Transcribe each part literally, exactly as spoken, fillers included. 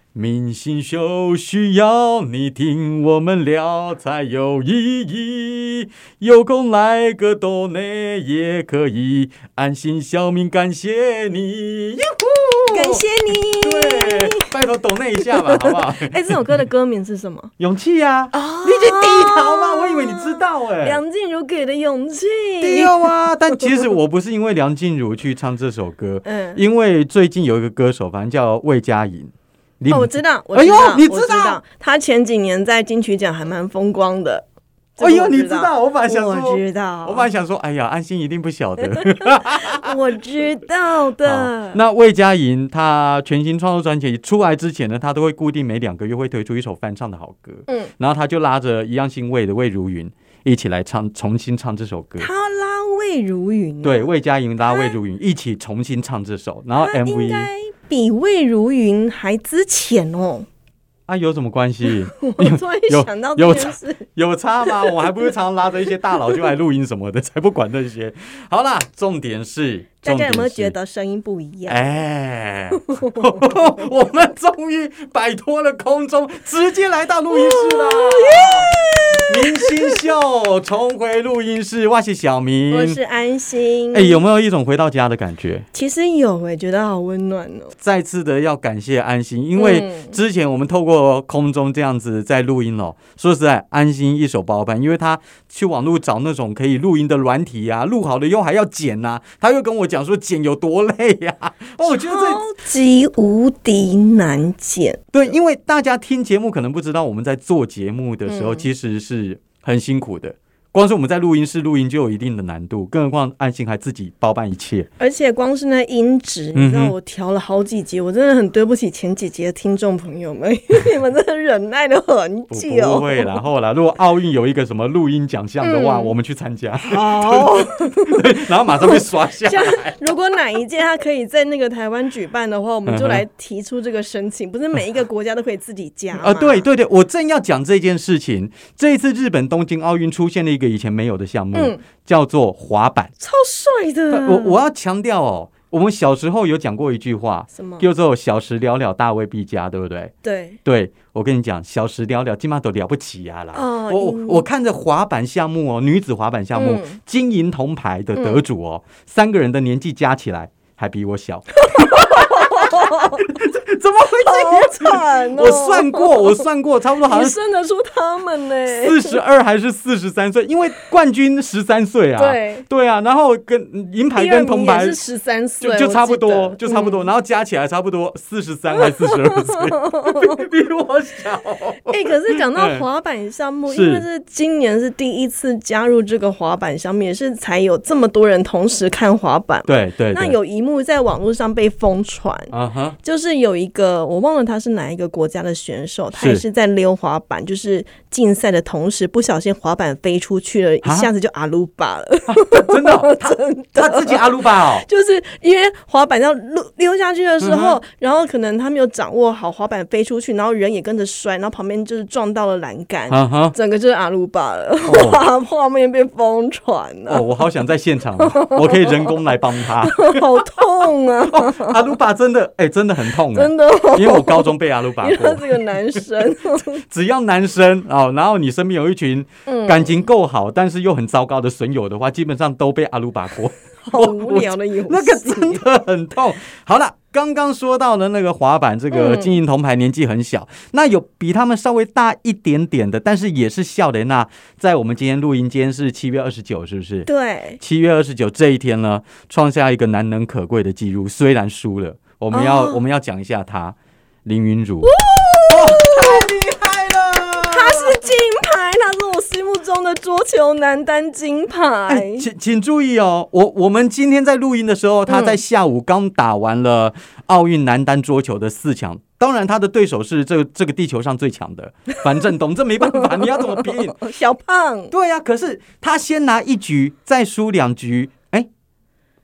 明星秀需要你听我们聊才有意义，有空来个斗内也可以，安心小明感谢你， 感谢你， 对，拜托斗内一下吧，好不好？ 哎、这首歌的歌名是什么？ 勇气啊！ 哦， 你是低头吗？我以为你知道哎、欸。 梁静茹给的勇气。 对啊，但其实我不是因为梁静茹去唱这首歌， 嗯， 因为最近有一个歌手，反正叫魏佳莹。 哦，我知道，我知道， 哎呦，你知道？ 知道他前几年在金曲奖还蛮风光的。 哎呦，你知道？我本来想说， 我知道， 我本来想说，哎呀，安心一定不晓得。 我知道的。 那魏佳莹她全新创作专辑出来之前呢，她都会固定每两个月会推出一首翻唱的好歌。嗯，然后她就拉着一样姓魏的魏如云一起来唱，重新唱这首歌。 她拉魏如云、啊， 对，魏佳莹拉魏如云一起重新唱这首，然后 M V 应该比魏如云还之前哦。 啊，有什么关系？ 我突然想到这件事， 有差吗？我还不是常常拉着一些大佬就来录音什么的，才不管那些。好啦，重点是， 大家有没有觉得声音不一样？ 哎，我们终于摆脱了空中，直接来到录音室啦！明星秀重回录音室，我是小明， 我是安心。 哎，有没有一种回到家的感觉？ 其实有哎、欸，觉得好温暖哦。 再次的要感谢安心，因为之前我们透过空中这样子在录音哦，说实在，安心一手包办，因为他去网络找那种可以录音的软体啊，录好了又还要剪啊，他又跟我讲说剪有多累呀、啊，哦，我觉得这超级无敌难剪。 对，因为大家听节目可能不知道，我们在做节目的时候其实是很辛苦的。光是我们在录音室录音就有一定的难度，更何况安心还自己包办一切， 而且光是那音质，你知道我调了好几集、嗯，我真的很对不起前几集的听众朋友们，你们真的忍耐了很久。 不会啦，后来如果奥运有一个什么录音奖项的话、嗯，我们去参加。 好， 然后马上被刷下来。 如果哪一届他可以在那个台湾举办的话，我们就来提出这个申请。不是每一个国家都可以自己加吗？ 啊，对对对，我正要讲这件事情。这一次日本东京奥运出现了一个以前没有的项目、嗯、叫做滑板， 超帅的。 我我要强调哦，我们小时候有讲过一句话， 什么叫做小时了了大未必佳，对不对？ 对对，我跟你讲，小时了了今晚都了不起呀、啊、啦、哦、我我看着滑板项目哦，女子滑板项目、嗯、金银铜牌的得主哦、嗯，三个人的年纪加起来还比我小。怎么会这样？好惨哦！我算过，我算过，差不多好像你生得出他们呢？ 四十二还是四十三岁？因为冠军十三岁啊， 对对啊，然后跟银牌跟铜牌是十三岁， 就就差不多，就差不多、嗯，然后加起来差不多四十三还是四十二岁，比我小。 哎、欸，可是讲到滑板项目，因为是今年是第一次加入这个滑板项目，也是才有这么多人同时看滑板。 对 对, 对， 那有一幕在网络上被疯传。Uh-huh. 就是有一个我忘了他是哪一个国家的选手，他也是在溜滑板，就是竞赛的同时不小心滑板飞出去了，一下子就阿鲁巴了。 啊、真的、哦、 真的他自己阿鲁巴哦， 就是因为滑板要溜下去的时候、嗯、然后可能他没有掌握好，滑板飞出去，然后人也跟着摔，然后旁边就是撞到了栏杆、uh-huh. 整个就是阿鲁巴了。哇，画面被疯传了、 哦、我好想在现场我可以人工来帮他。 好痛啊、 哦、阿鲁巴真的哎、欸，真的很痛， 真的、哦， 因为我高中被阿鲁巴过。 他是个男生， 只要男生哦，然后你身边有一群感情够好、嗯、但是又很糟糕的损友的话，基本上都被阿鲁巴过。 好无聊的游戏， 那个真的很痛。好了，刚刚说到的那个滑板，这个金银铜牌年纪很小、嗯，那有比他们稍微大一点点的，但是也是笑的。那在我们今天录音间是七月二十九，是不是？ 对， 七月二十九这一天呢，创下一个难能可贵的记录，虽然输了。我们要、哦、我们要讲一下他林昀儒，哇、哦，太厉害了！ 他是金牌，他是我心目中的桌球男单金牌。 欸、请请注意哦，我我们今天在录音的时候，他在下午刚打完了奥运男单桌球的四强。当然，他的对手是这个这个地球上最强的樊振东，这没办法，你要怎么拼？ 小胖， 对呀、啊，可是他先拿一局，再输两局。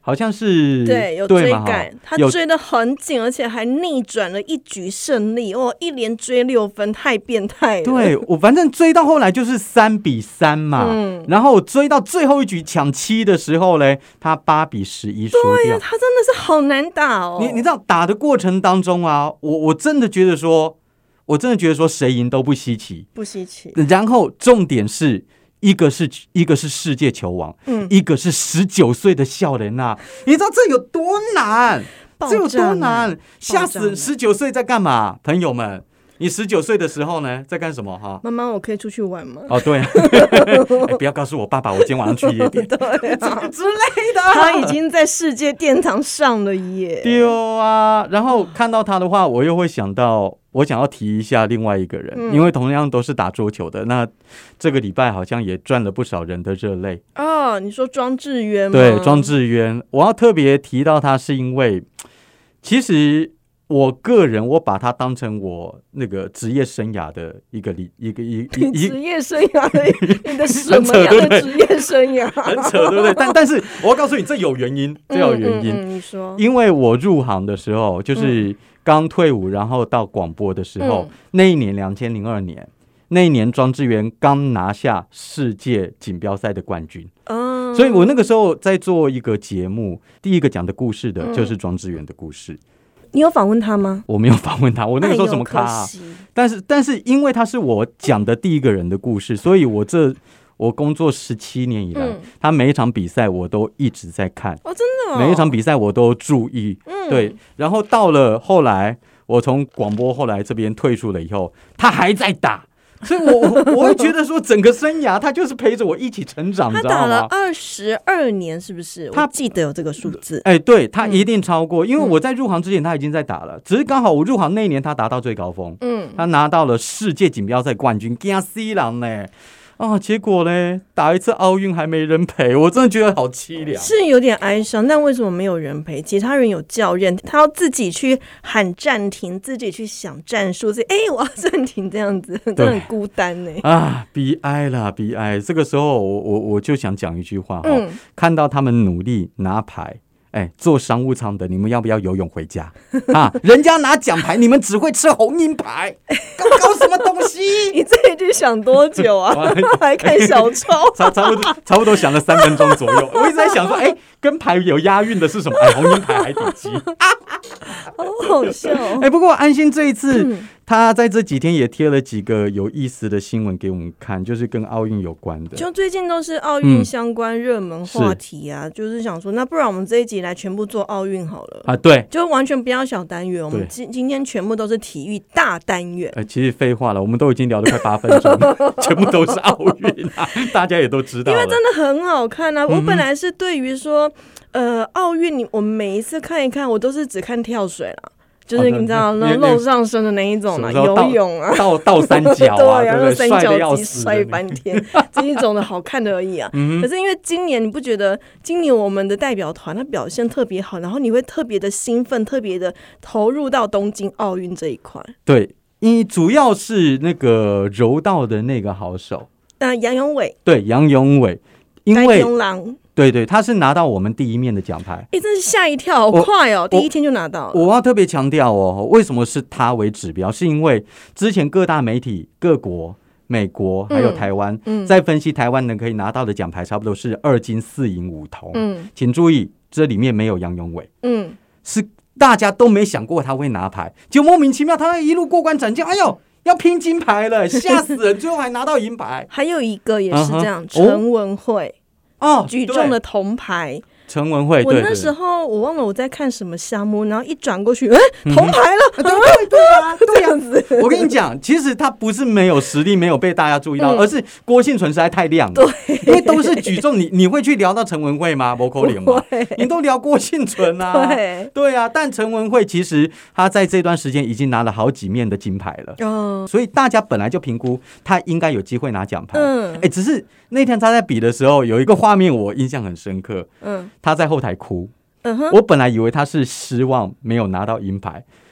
好像是对有追赶，他追得很紧，而且还逆转了一局胜利哦，一连追六分，太变态了。 对，我反正追到后来就是三比三嘛，嗯、然后追到最后一局抢七的时候嘞，他八比十一输掉。 对呀、啊，他真的是好难打哦。 你你知道打的过程当中啊，我我真的觉得说，我真的觉得说谁赢都不稀奇， 不稀奇。 然后重点是。一个是一个是世界球王，嗯，一个是十九岁的少年啊！你知道这有多难？这有多难？吓死！十九岁在干嘛？朋友们，你十九岁的时候呢，在干什么？哈， 妈妈，我可以出去玩吗？ 哦，对、欸，不要告诉我爸爸，我今天晚上去夜店， 对、啊、 之类的。 他已经在世界殿堂上了耶！ 对啊，然后看到他的话，我又会想到。我想要提一下另外一个人、嗯、因为同样都是打桌球的，那这个礼拜好像也赚了不少人的热泪哦。你说庄智渊吗？ 对，庄智渊，我要特别提到他是因为其实我个人我把他当成我那个职业生涯的一个一个一个一职业生涯的你的什么样的职业生涯？ 很扯，对不对？但但是我要告诉你，这有原因，这有原因。 嗯嗯嗯、你说， 因为我入行的时候就是。嗯刚退伍，然后到广播的时候，嗯、那一年两千零二年，那一年庄智渊刚拿下世界锦标赛的冠军，嗯、所以我那个时候在做一个节目，第一个讲的故事的就是庄智渊的故事。 嗯、你有访问他吗？ 我没有访问他，我那个时候什么咖、啊哎、但是但是因为他是我讲的第一个人的故事，所以我这。我工作十七年以来、嗯，他每一场比赛我都一直在看。 哦，真的哦， 每一场比赛我都注意。嗯，对。然后到了后来，我从广播后来这边退出了以后，他还在打，所以我我会觉得说，整个生涯他就是陪着我一起成长， 他打了二十二年，是不是？他记得有这个数字。 哎，对，他一定超过，嗯、因为我在入行之前他已经在打了，只是刚好我入行那一年他达到最高峰，嗯，他拿到了世界锦标赛冠军，惊死人呢。啊！结果呢，打一次奥运还没人陪，我真的觉得好凄凉， 是有点哀伤。但为什么没有人陪？其他人有教练，他要自己去喊暂停，自己去想战术，自己哎，我要暂停，这样子真的很孤单呢。 啊，悲哀啦，悲哀！这个时候我，我我我就想讲一句话哈、嗯，看到他们努力拿牌。哎，坐商务舱的，你们要不要游泳回家啊？人家拿奖牌，你们只会吃红鹰牌，搞搞什么东西？ 你这一句想多久啊？还看小抄， 差差不多差不多想了三分钟左右。我一直在想说，哎，跟牌有押韵的是什么？哎，红鹰牌、海底鸡， 好好笑、哦。 哎，不过安心这一次。嗯他在这几天也贴了几个有意思的新闻给我们看，就是跟奥运有关的。 就最近都是奥运相关热门话题啊、嗯，是就是想说，那不然我们这一集来全部做奥运好了啊？对， 就完全不要小单元，我们今今天全部都是体育大单元。 呃，其实废话了，我们都已经聊了快八分钟，全部都是奥运啊，大家也都知道了， 因为真的很好看啊。嗯、我本来是对于说，呃，奥运，我们每一次看一看，我都是只看跳水啦。就是你知道那露上身的那一种嘛，游泳啊， 倒倒三角啊，对不对？ 三角肌摔翻天，这一种的好看的而已啊。嗯、可是因为今年你不觉得今年我们的代表团他表现特别好，然后你会特别的兴奋，特别的投入到东京奥运这一块。 对，因为主要是那个柔道的那个好手， 呃，杨永伟。 对，杨永伟，因为杨郎。 对对，他是拿到我们第一面的奖牌， 哎，真是吓一跳，好快哦！第一天就拿到了。 我要特别强调哦，为什么是他为指标？是因为之前各大媒体、各国、美国还有台湾、嗯嗯、在分析台湾人可以拿到的奖牌，差不多是二金四银五铜。嗯，请注意，这里面没有杨永伟。嗯，是大家都没想过他会拿牌，就莫名其妙他一路过关斩将，哎呦！要拼金牌了，吓死人！最后还拿到银牌。 还有一个也是这样，陈、uh-huh. 文慧。哦，举重的铜牌， 陈文慧。 我那时候我忘了我在看什么项目，然后一转过去，哎，铜牌了！ 对对对啊，这样子。我跟你讲，其实他不是没有实力，没有被大家注意到，嗯、而是郭婞淳实在太亮了。 对， 因为都是举重，你你会去聊到陈文慧吗？不可能嘛，你都聊郭婞淳啊。对对啊，但陈文慧其实他在这段时间已经拿了好几面的金牌了。哦，所以大家本来就评估他应该有机会拿奖牌。嗯，哎，只是。那天他在比的时候，有一个画面我印象很深刻。嗯，他在后台哭。嗯哼，我本来以为他是失望没有拿到银牌，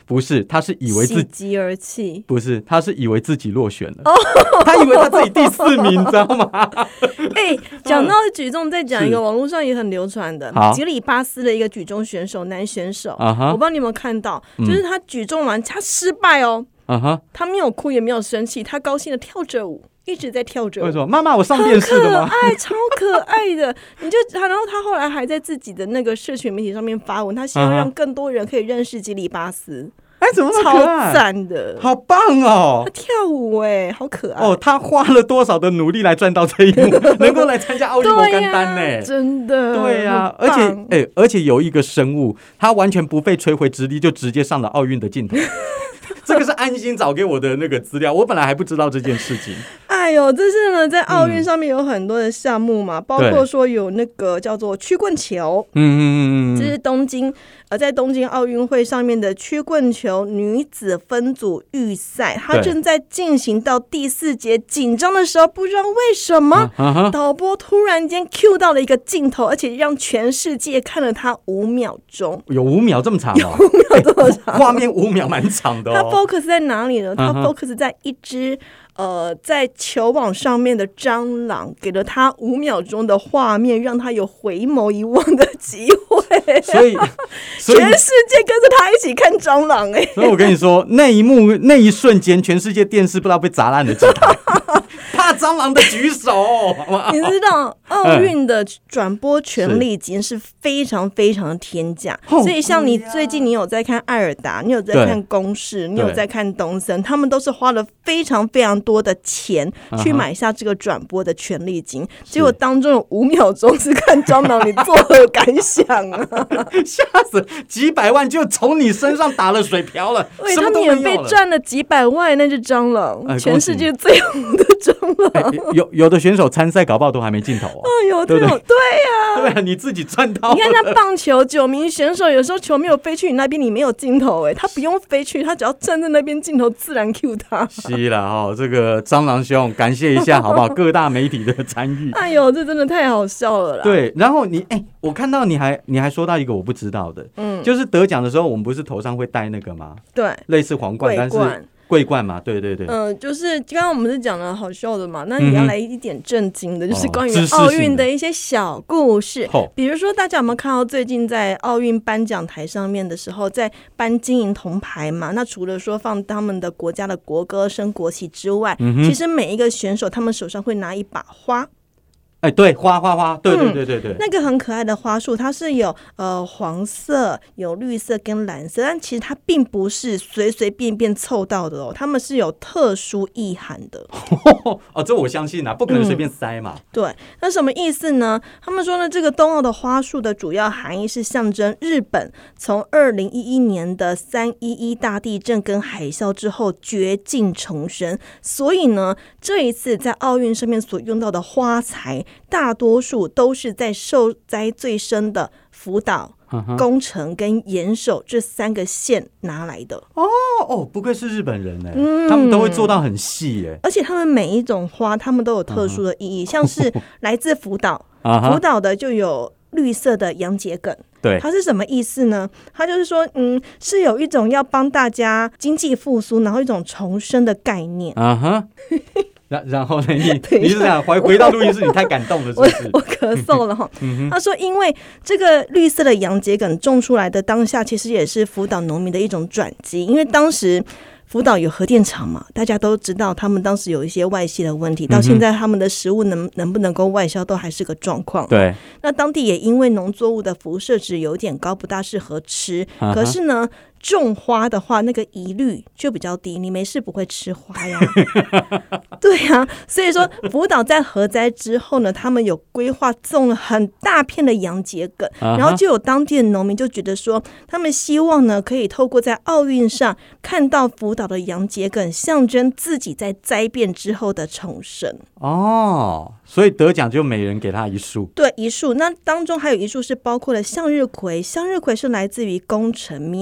不是，他是以为自己喜极而泣， 不是，他是以为自己落选了，哦、他以为他自己第四名，你知道吗？ 哎、欸，讲到举重，再讲一个网络上也很流传的吉里巴斯的一个举重选手，男选手， uh-huh, 我不知道你有没有看到，就是他举重完他失败哦， uh-huh, 他没有哭也没有生气，他高兴的跳着舞。一直在跳着舞， 为什么？妈妈，我上电视了吗？ 很可爱，超可爱的。你就然后他后来还在自己的那个社群媒体上面发文，他希望让更多人可以认识吉里巴斯。 哎，怎么那么可爱？ 超赞的， 好棒哦！ 他跳舞哎、欸，好可爱哦！他花了多少的努力来赚到这一幕，能够来参加奥运摩甘丹呢、欸？ 真的， 对呀、啊，而且哎、欸，而且有一个生物，他完全不费吹灰之力就直接上了奥运的镜头。这个是安心找给我的那个资料，我本来还不知道这件事情。 哎呦，这是呢，在奥运上面有很多的项目嘛，嗯、包括说有那个叫做曲棍球，嗯嗯嗯嗯，这是东京呃，在东京奥运会上面的曲棍球女子分组预赛，它正在进行到第四节，紧张的时候，不知道为什么、啊、导播突然间 cue 到了一个镜头，而且让全世界看了它五秒钟， 有五秒这么长、哦， 有五秒这么长， 画面五秒蛮长的哦。 focus 在哪里呢？他 focus 在一只、呃在球网上面的蟑螂，给了他五秒钟的画面，让他有回眸一望的机会。 所以，所以全世界跟着他一起看蟑螂哎、欸。 所以我跟你说，那一幕那一瞬间，全世界电视不知道被砸烂了几台。怕蟑螂的举手， 你知道奥运的转播权利已经是非常非常的天价，所以像你最近你有在看艾尔达，你有在看公视，你有在看东森，他们都是花了非常非常多的钱去买下这个转播的权利金，结果当中有五秒钟是看蟑螂，你作何感想啊？ 吓死，几百万就从你身上打了水漂了， 对，他免费赚了几百万，那只蟑螂、哎、全世界最红的蟑螂。 欸、有有的选手参赛搞不好都还没镜头哦。 哎呦，对对对呀， 对啊，你自己赚到了。 你看他棒球九名选手，有时候球没有飞去你那边，你没有镜头哎，他不用飞去，他只要站在那边，镜头自然 cue 他。 是啦哦，这个蟑螂兄，感谢一下好不好？各大媒体的参与。 哎呦，这真的太好笑了啦。 对，然后你哎、欸，我看到你还你还说到一个我不知道的，嗯，就是得奖的时候，我们不是头上会戴那个吗？对，类似皇冠，但是。桂冠嘛，对对对， 嗯、呃，就是刚刚我们是讲了好笑的嘛，那你要来一点震惊的，嗯、就是关于奥运的一些小故事、哦，比如说大家有没有看到最近在奥运颁奖台上面的时候，在颁金银铜牌嘛？那除了说放他们的国家的国歌、升国旗之外、嗯，其实每一个选手他们手上会拿一把花。 哎，对，花花花，对对对对对、嗯， 那个很可爱的花束，它是有呃黄色、有绿色跟蓝色，但其实它并不是随随便便凑到的哦，它们是有特殊意涵的。 哦，这我相信啊，不可能随便塞嘛。 嗯、对，那什么意思呢？他们说呢，这个冬奥的花束的主要含义是象征日本从二零一一年的三一一大地震跟海啸之后绝境重生，所以呢，这一次在奥运上面所用到的花材。大多数都是在受灾最深的福岛、宫城跟岩手这三个县拿来的。 哦哦，不愧是日本人哎、嗯，他们都会做到很细哎， 而且他们每一种花，他们都有特殊的意义，像是来自福岛，福岛的就有绿色的洋桔梗。对，它是什么意思呢？它就是说，嗯，是有一种要帮大家经济复苏，然后一种重生的概念。啊哈。 然然后呢？你你是想回回到录音室？你太感动了，是不是？ 我, 我咳嗽了哈。他说，因为这个绿色的洋桔梗种出来的当下，其实也是福岛农民的一种转机，因为当时。福岛有核电厂嘛，大家都知道他们当时有一些外泄的问题，到现在他们的食物能能不能够外销都还是个状况。对，那当地也因为农作物的辐射值有点高，不大适合吃。Uh-huh. 可是呢，种花的话，那个疑虑就比较低，你没事不会吃花呀。对啊，所以说福岛在核灾之后呢，他们有规划种了很大片的洋桔梗， uh-huh. 然后就有当地的农民就觉得说，他们希望呢可以透过在奥运上看到福岛的洋桔梗，象征自己在灾变之后的重生。 哦，所以得奖就每人给他一束。 对，一束。那当中还有一束是包括了向日葵，向日葵是来自于宫城 Miyazaki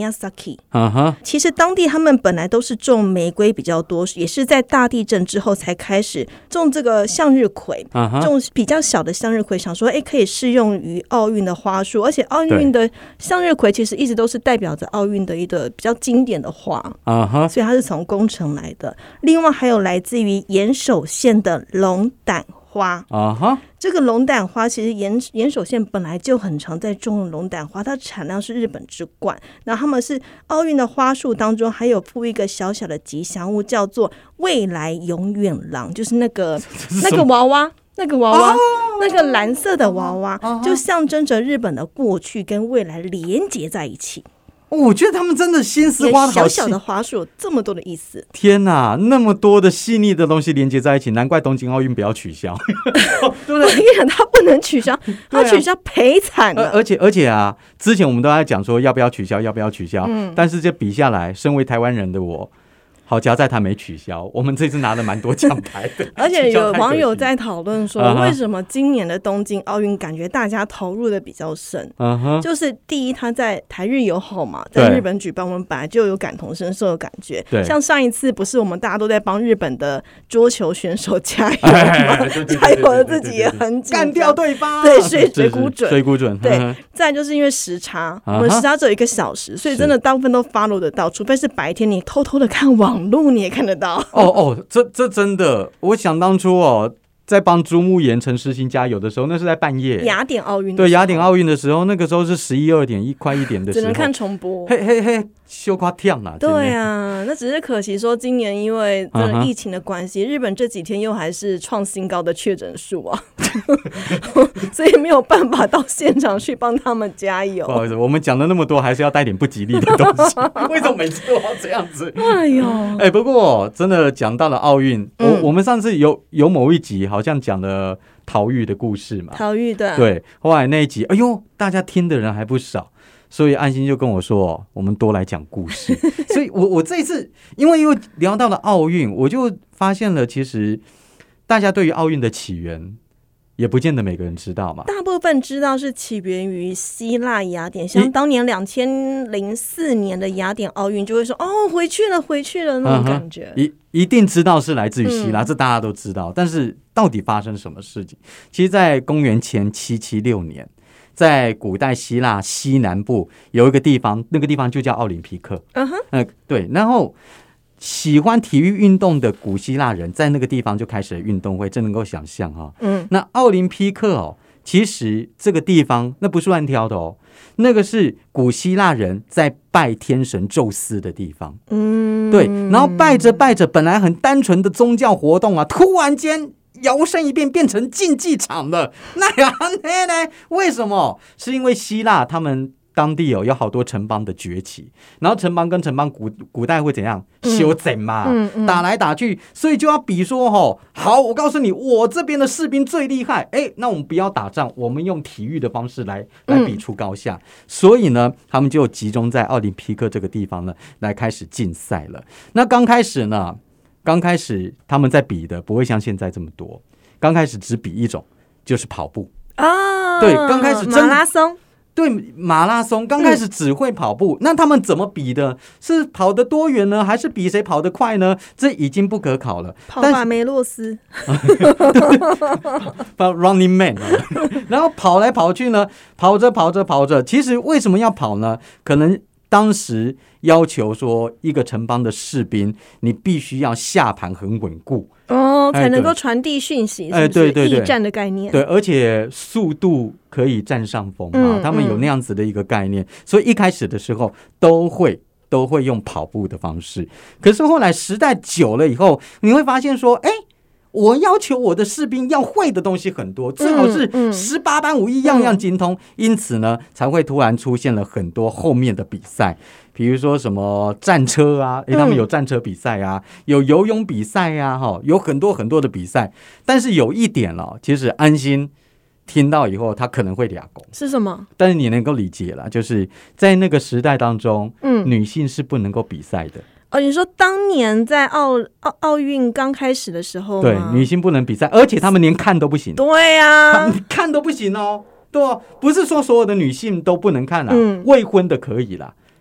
气。 嗯哼， 其实当地他们本来都是种玫瑰比较多，也是在大地震之后才开始种这个向日葵， 嗯哼， 种比较小的向日葵，想说哎可以适用于奥运的花束，而且奥运的向日葵其实一直都是代表着奥运的一个比较经典的花，嗯哼，所以它是从宫城来的。另外还有来自于岩手县的龙胆花，啊哈，这个龙胆花其实岩岩手县本来就很常在种龙胆花，它产量是日本之冠。然后他们是奥运的花束当中还有附一个小小的吉祥物，叫做未来永远郎，就是那个那个娃娃。那个娃娃、哦、那个蓝色的娃娃、哦、就象征着日本的过去跟未来连结在一起。 哦、我觉得他们真的心思花的好细， 小小的花束有这么多的意思。 天哪，那么多的细腻的东西连接在一起，难怪东京奥运不要取消。 对不对？我跟你讲，他不能取消，他取消赔惨了、 啊、而且而且啊，之前我们都在讲说要不要取消，要不要取消。嗯，但是这比下来，身为台湾人的我。好加在他没取消，我们这次拿了蛮多奖牌的。 而且有网友在讨论说，为什么今年的东京奥运感觉大家投入的比较深？ uh-huh. 就是第一，他在台日友好嘛，在日本举办，我们本来就有感同身受的感觉。像上一次不是我们大家都在帮日本的桌球选手加油吗？加油的自己也很紧张， 干掉对方， 对，水水谷准， 水谷准。 对，再来就是因为时差，我们时差只有一个小时，所以真的大部分都 follow 得到，除非是白天你偷偷的看网路你也看得到。 哦哦，这这真的，我想当初哦，在帮朱木炎、陈诗欣加油的时候，那是在半夜。 雅典奥运对雅典奥运的时候，那个时候是十一二点一快一点的时候， 只能看重播。 嘿嘿嘿，羞夸跳了。 对啊，那只是可惜说今年因为这个疫情的关系， uh-huh. 日本这几天又还是创新高的确诊数啊，所以没有办法到现场去帮他们加油。 不好意思，我们讲了那么多，还是要带点不吉利的东西。为什么每次都要这样子？ 哎呦， 哎，不过真的讲到了奥运，嗯、我我们上次有有某一集好像讲了陶玉的故事嘛， 陶玉的对，后来那一集，哎呦，大家听的人还不少。所以安心就跟我说，我们多来讲故事。所以我我这一次因为又聊到了奥运，我就发现了其实大家对于奥运的起源也不见得每个人知道嘛。 大部分知道是起源于希腊雅典，像当年两千零四年的雅典奥运就会说哦回去了回去了那种感觉、 嗯、一, 一定知道是来自于希腊、嗯、这大家都知道。但是到底发生什么事情，其实在公元前七七六年，在古代希腊西南部有一个地方，那个地方就叫奥林匹克。嗯哼，呃，对，然后喜欢体育运动的古希腊人在那个地方就开始了运动会，真能够想象哈、哦。嗯，那奥林匹克哦，其实这个地方那不是乱挑的哦，那个是古希腊人在拜天神宙斯的地方。嗯，对，然后拜着拜着，本来很单纯的宗教活动啊，突然间摇身一变变成竞技场了。那呀，那呢？为什么？是因为希腊他们当地有有好多城邦的崛起，然后城邦跟城邦古古代会怎样修整嘛、嗯嗯嗯，打来打去，所以就要比说吼，好，我告诉你，我这边的士兵最厉害，哎，那我们不要打仗，我们用体育的方式来来比出高下、嗯。所以呢，他们就集中在奥林匹克这个地方呢，来开始竞赛了。那刚开始呢？刚开始他们在比的不会像现在这么多，刚开始只比一种，就是跑步啊。对，刚开始马拉松， 对马拉松，刚开始只会跑步、嗯。那他们怎么比的？是跑得多远呢？还是比谁跑得快呢？这已经不可考了。 跑马梅洛斯 ，Running Man 然后跑来跑去呢，跑着跑着跑着，其实为什么要跑呢？可能当时要求说，一个城邦的士兵，你必须要下盘很稳固哦，才能够传递讯息，是不是？哎，对对对，驿站的概念。 对，而且速度可以占上风嘛、嗯，他们有那样子的一个概念，嗯、所以一开始的时候都会都会用跑步的方式。可是后来时代久了以后，你会发现说，哎。我要求我的士兵要会的东西很多，最好是十八般武艺样样精通、嗯嗯、因此呢才会突然出现了很多后面的比赛，比如说什么战车啊，诶他们有战车比赛啊、嗯、有游泳比赛啊，有很多很多的比赛。但是有一点哦，其实安心听到以后他可能会俩拱， 是什么？ 但是你能够理解啦，就是在那个时代当中、嗯、女性是不能够比赛的。 哦，你说当年在奥奥奥运刚开始的时候吗？ 对，女性不能比赛，而且他们连看都不行。 对呀、啊， 看都不行哦。对、哦，不是说所有的女性都不能看啦、嗯，未婚的可以啦，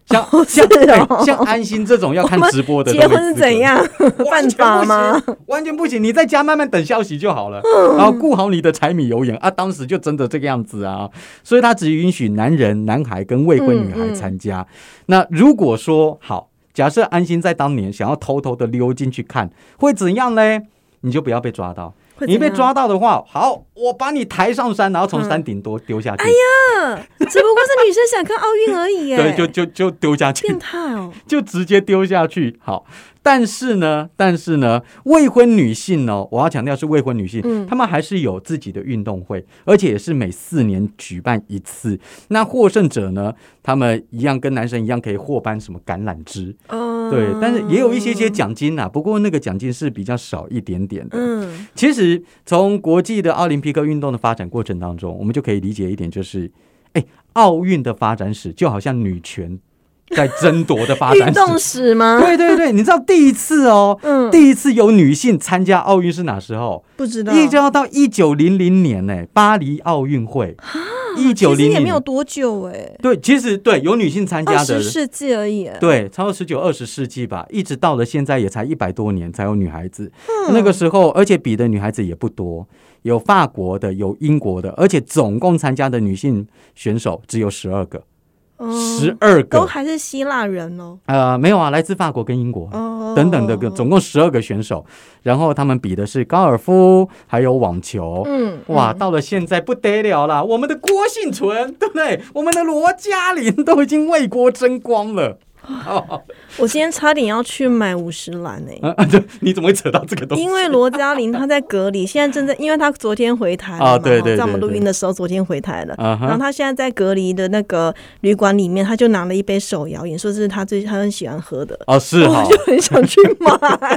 像、 哦、 像、 哦、 像安心这种要看直播的， 结婚是怎样办法吗？ 完全不行，你在家慢慢等消息就好了，嗯、然后顾好你的柴米油盐啊。当时就真的这个样子啊，所以他只允许男人、男孩跟未婚女孩参加。嗯嗯、那如果说好，假设安心在当年想要偷偷的溜进去看，会怎样呢？你就不要被抓到。你被抓到的话，好，我把你抬上山，然后从山顶多丢下去。 哎呀，只不过是女生想看奥运而已耶。 对，就就就丢下去。 变态哦！ 就直接丢下去。好，但是呢，但是呢，未婚女性呢，我要强调是未婚女性，嗯，她们还是有自己的运动会，而且也是每四年举办一次。那获胜者呢，他们一样跟男生一样可以获颁什么橄榄枝。哦。对，但是也有一些些奖金啊，不过那个奖金是比较少一点点的。嗯，其实从国际的奥林匹克运动的发展过程当中，我们就可以理解一点，就是哎，奥运的发展史就好像女权在争夺的发展史。 运动史吗？ 对对对，你知道第一次哦，嗯、第一次有女性参加奥运是哪时候？ 不知道， 一直要到一九零零年呢、欸，巴黎奥运会。一九零零其实也没有多久哎、欸。 对，其实对有女性参加的， 二十世纪而已、欸。 对，超过十九、二十世纪吧，一直到了现在也才一百多年才有女孩子。嗯、那个时候，而且比的女孩子也不多，有法国的，有英国的，而且总共参加的女性选手只有十二个。十二个都还是希腊人哦， 呃，没有啊，来自法国跟英国、哦、等等的，总共十二个选手，然后他们比的是高尔夫，还有网球，嗯，哇，到了现在不得了啦，我们的郭婞淳，对不对？我们的罗嘉玲都已经为国争光了。 哦、我今天差点要去买五十兰诶、欸啊，你怎么会扯到这个东西？ 因为罗嘉玲她在隔离，现在正在，因为她昨天回台了嘛、 啊、对对对对， 在我们录音的时候昨天回台了， 啊、 然后她现在在隔离的那个旅馆里面，她就拿了一杯手摇饮，说是她最她很喜欢喝的。 哦，是哈， 我就很想去买，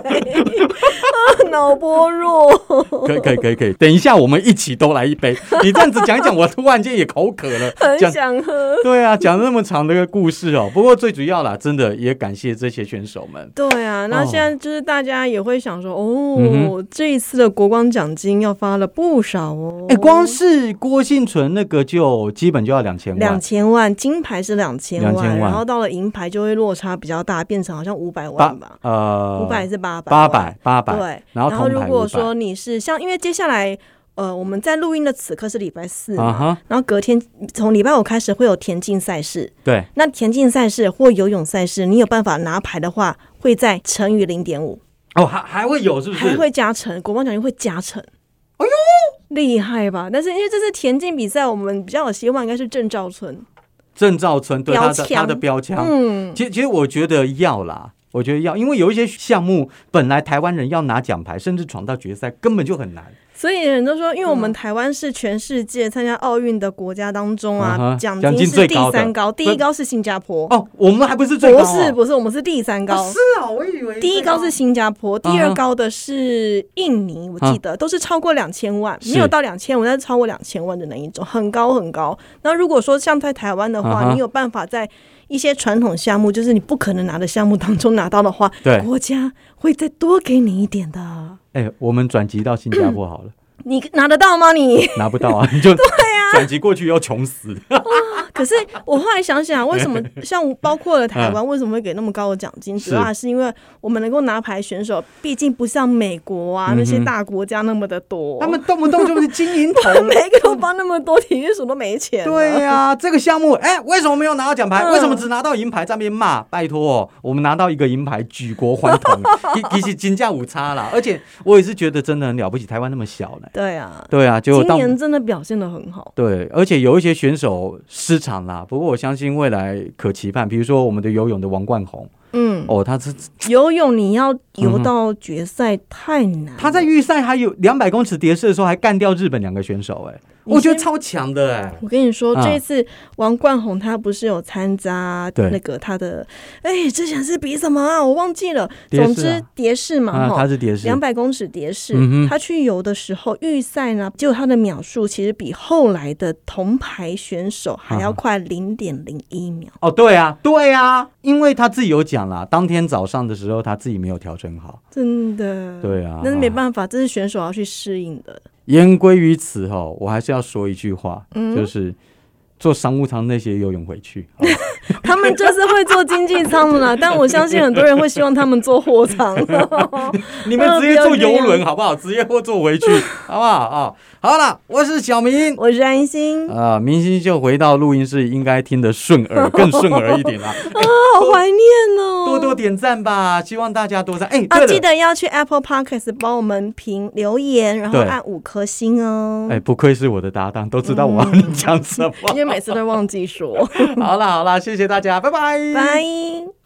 脑波弱。 可以可以可以可以，等一下我们一起都来一杯。你这样子讲一讲，我突然间也口渴了， 很想喝。 对啊，讲那么长的一个故事哦。不过最主要啦。真的也感谢这些选手们。 对啊，那现在就是大家也会想说，哦，嗯、这一次的国光奖金要发了不少哦。 哎，光是郭婞淳那个就基本就要两千万， 两千万，金牌是两千万，然后到了银牌就会落差比较大，变成好像五百万吧。 呃， 五百还是八百？ 八百，八百。 对， 然后然后如果说你是像，因为接下来。呃，我们在录音的此刻是礼拜四嘛， uh-huh. 然后隔天从礼拜五开始会有田径赛事， 对， 那田径赛事或游泳赛事，你有办法拿牌的话，会再乘以零点五， 哦，还还会有是不是？ 还会加成，国光奖金会加成， 哎呦， 厉害吧？但是因为这次田径比赛，我们比较有希望应该是郑兆村， 郑兆村对他的他的标枪，嗯，其实其实我觉得要啦。我觉得要，因为有一些项目本来台湾人要拿奖牌，甚至闯到决赛根本就很难。 所以人都说，因为我们台湾是全世界参加奥运的国家当中啊，奖、uh-huh, 金是第三高，第一高是新加坡。 哦，我们还不是最高、哦？ 不是，不是，我们是第三高。 哦、是啊，我以为第一高是新加坡，第二高的是印尼，我记得、uh-huh. 都是超过两千万，没有到两千万，但是超过两千万的那一种，很高很高。那如果说像在台湾的话， uh-huh. 你有办法在一些传统项目，就是你不可能拿的项目当中拿到的话， 对， 国家会再多给你一点的。 哎、欸，我们转籍到新加坡好了。 你拿得到吗？你拿不到啊，你就对啊， 转籍过去又穷死。 哦、可是我后来想想，为什么像包括了台湾，为什么会给那么高的奖金？主要还是因为我们能够拿牌选手，毕竟不像美国啊、嗯、那些大国家那么的多， 他们动不动就是金银铜， 每个都发那么多，体育署都没钱。 对呀、啊，这个项目，哎、欸，为什么没有拿到奖牌、嗯？为什么只拿到银牌？在那边骂，拜托，我们拿到一个银牌，举国欢腾，其实金价无差啦。而且我也是觉得真的很了不起，台湾那么小呢。 对啊， 对啊。 今年真的表现得很好， 对，而且有一些选手失常啦，不过我相信未来可期盼，比如说我们的游泳的王冠宏，嗯，哦，他是游泳你要游到决赛太难、嗯， 他在预赛还有两百公尺蝶式的时候还干掉日本两个选手、欸，哎，我觉得超强的、欸，哎， 我跟你说，这一次王冠宏他不是有参加那个他的，哎，之前是比什么啊？我忘记了，总之蝶式嘛， 啊、他是蝶式， 两百公尺蝶式、嗯，他去游的时候预赛呢，就他的秒数其实比后来的铜牌选手还要快零点零一秒。 哦，对啊，对啊，因为他自己有讲啦，当天早上的时候他自己没有调整好， 真的， 对啊， 但是没办法，这是选手要去适应的。 言归于此哈，我还是要说一句话，嗯、就是坐商务舱那些游泳回去。 他他们就是会做经济舱的啦，但我相信很多人会希望他们坐货舱。 你们直接坐邮轮好不好？直接或坐回去好不好啊？好了，我是小明， 我是安心啊、呃，明星就回到录音室，应该听得顺耳，更顺耳一点啦。 啊，好怀念哦！ 多多点赞吧，希望大家多赞。哎、 啊，记得要去 Apple Podcast 帮我们评留言，然后按五颗星哦。 哎，不愧是我的搭档，都知道我要你讲什么， 因为每次都忘记说。 好啦好啦，谢谢大家，拜拜， 拜。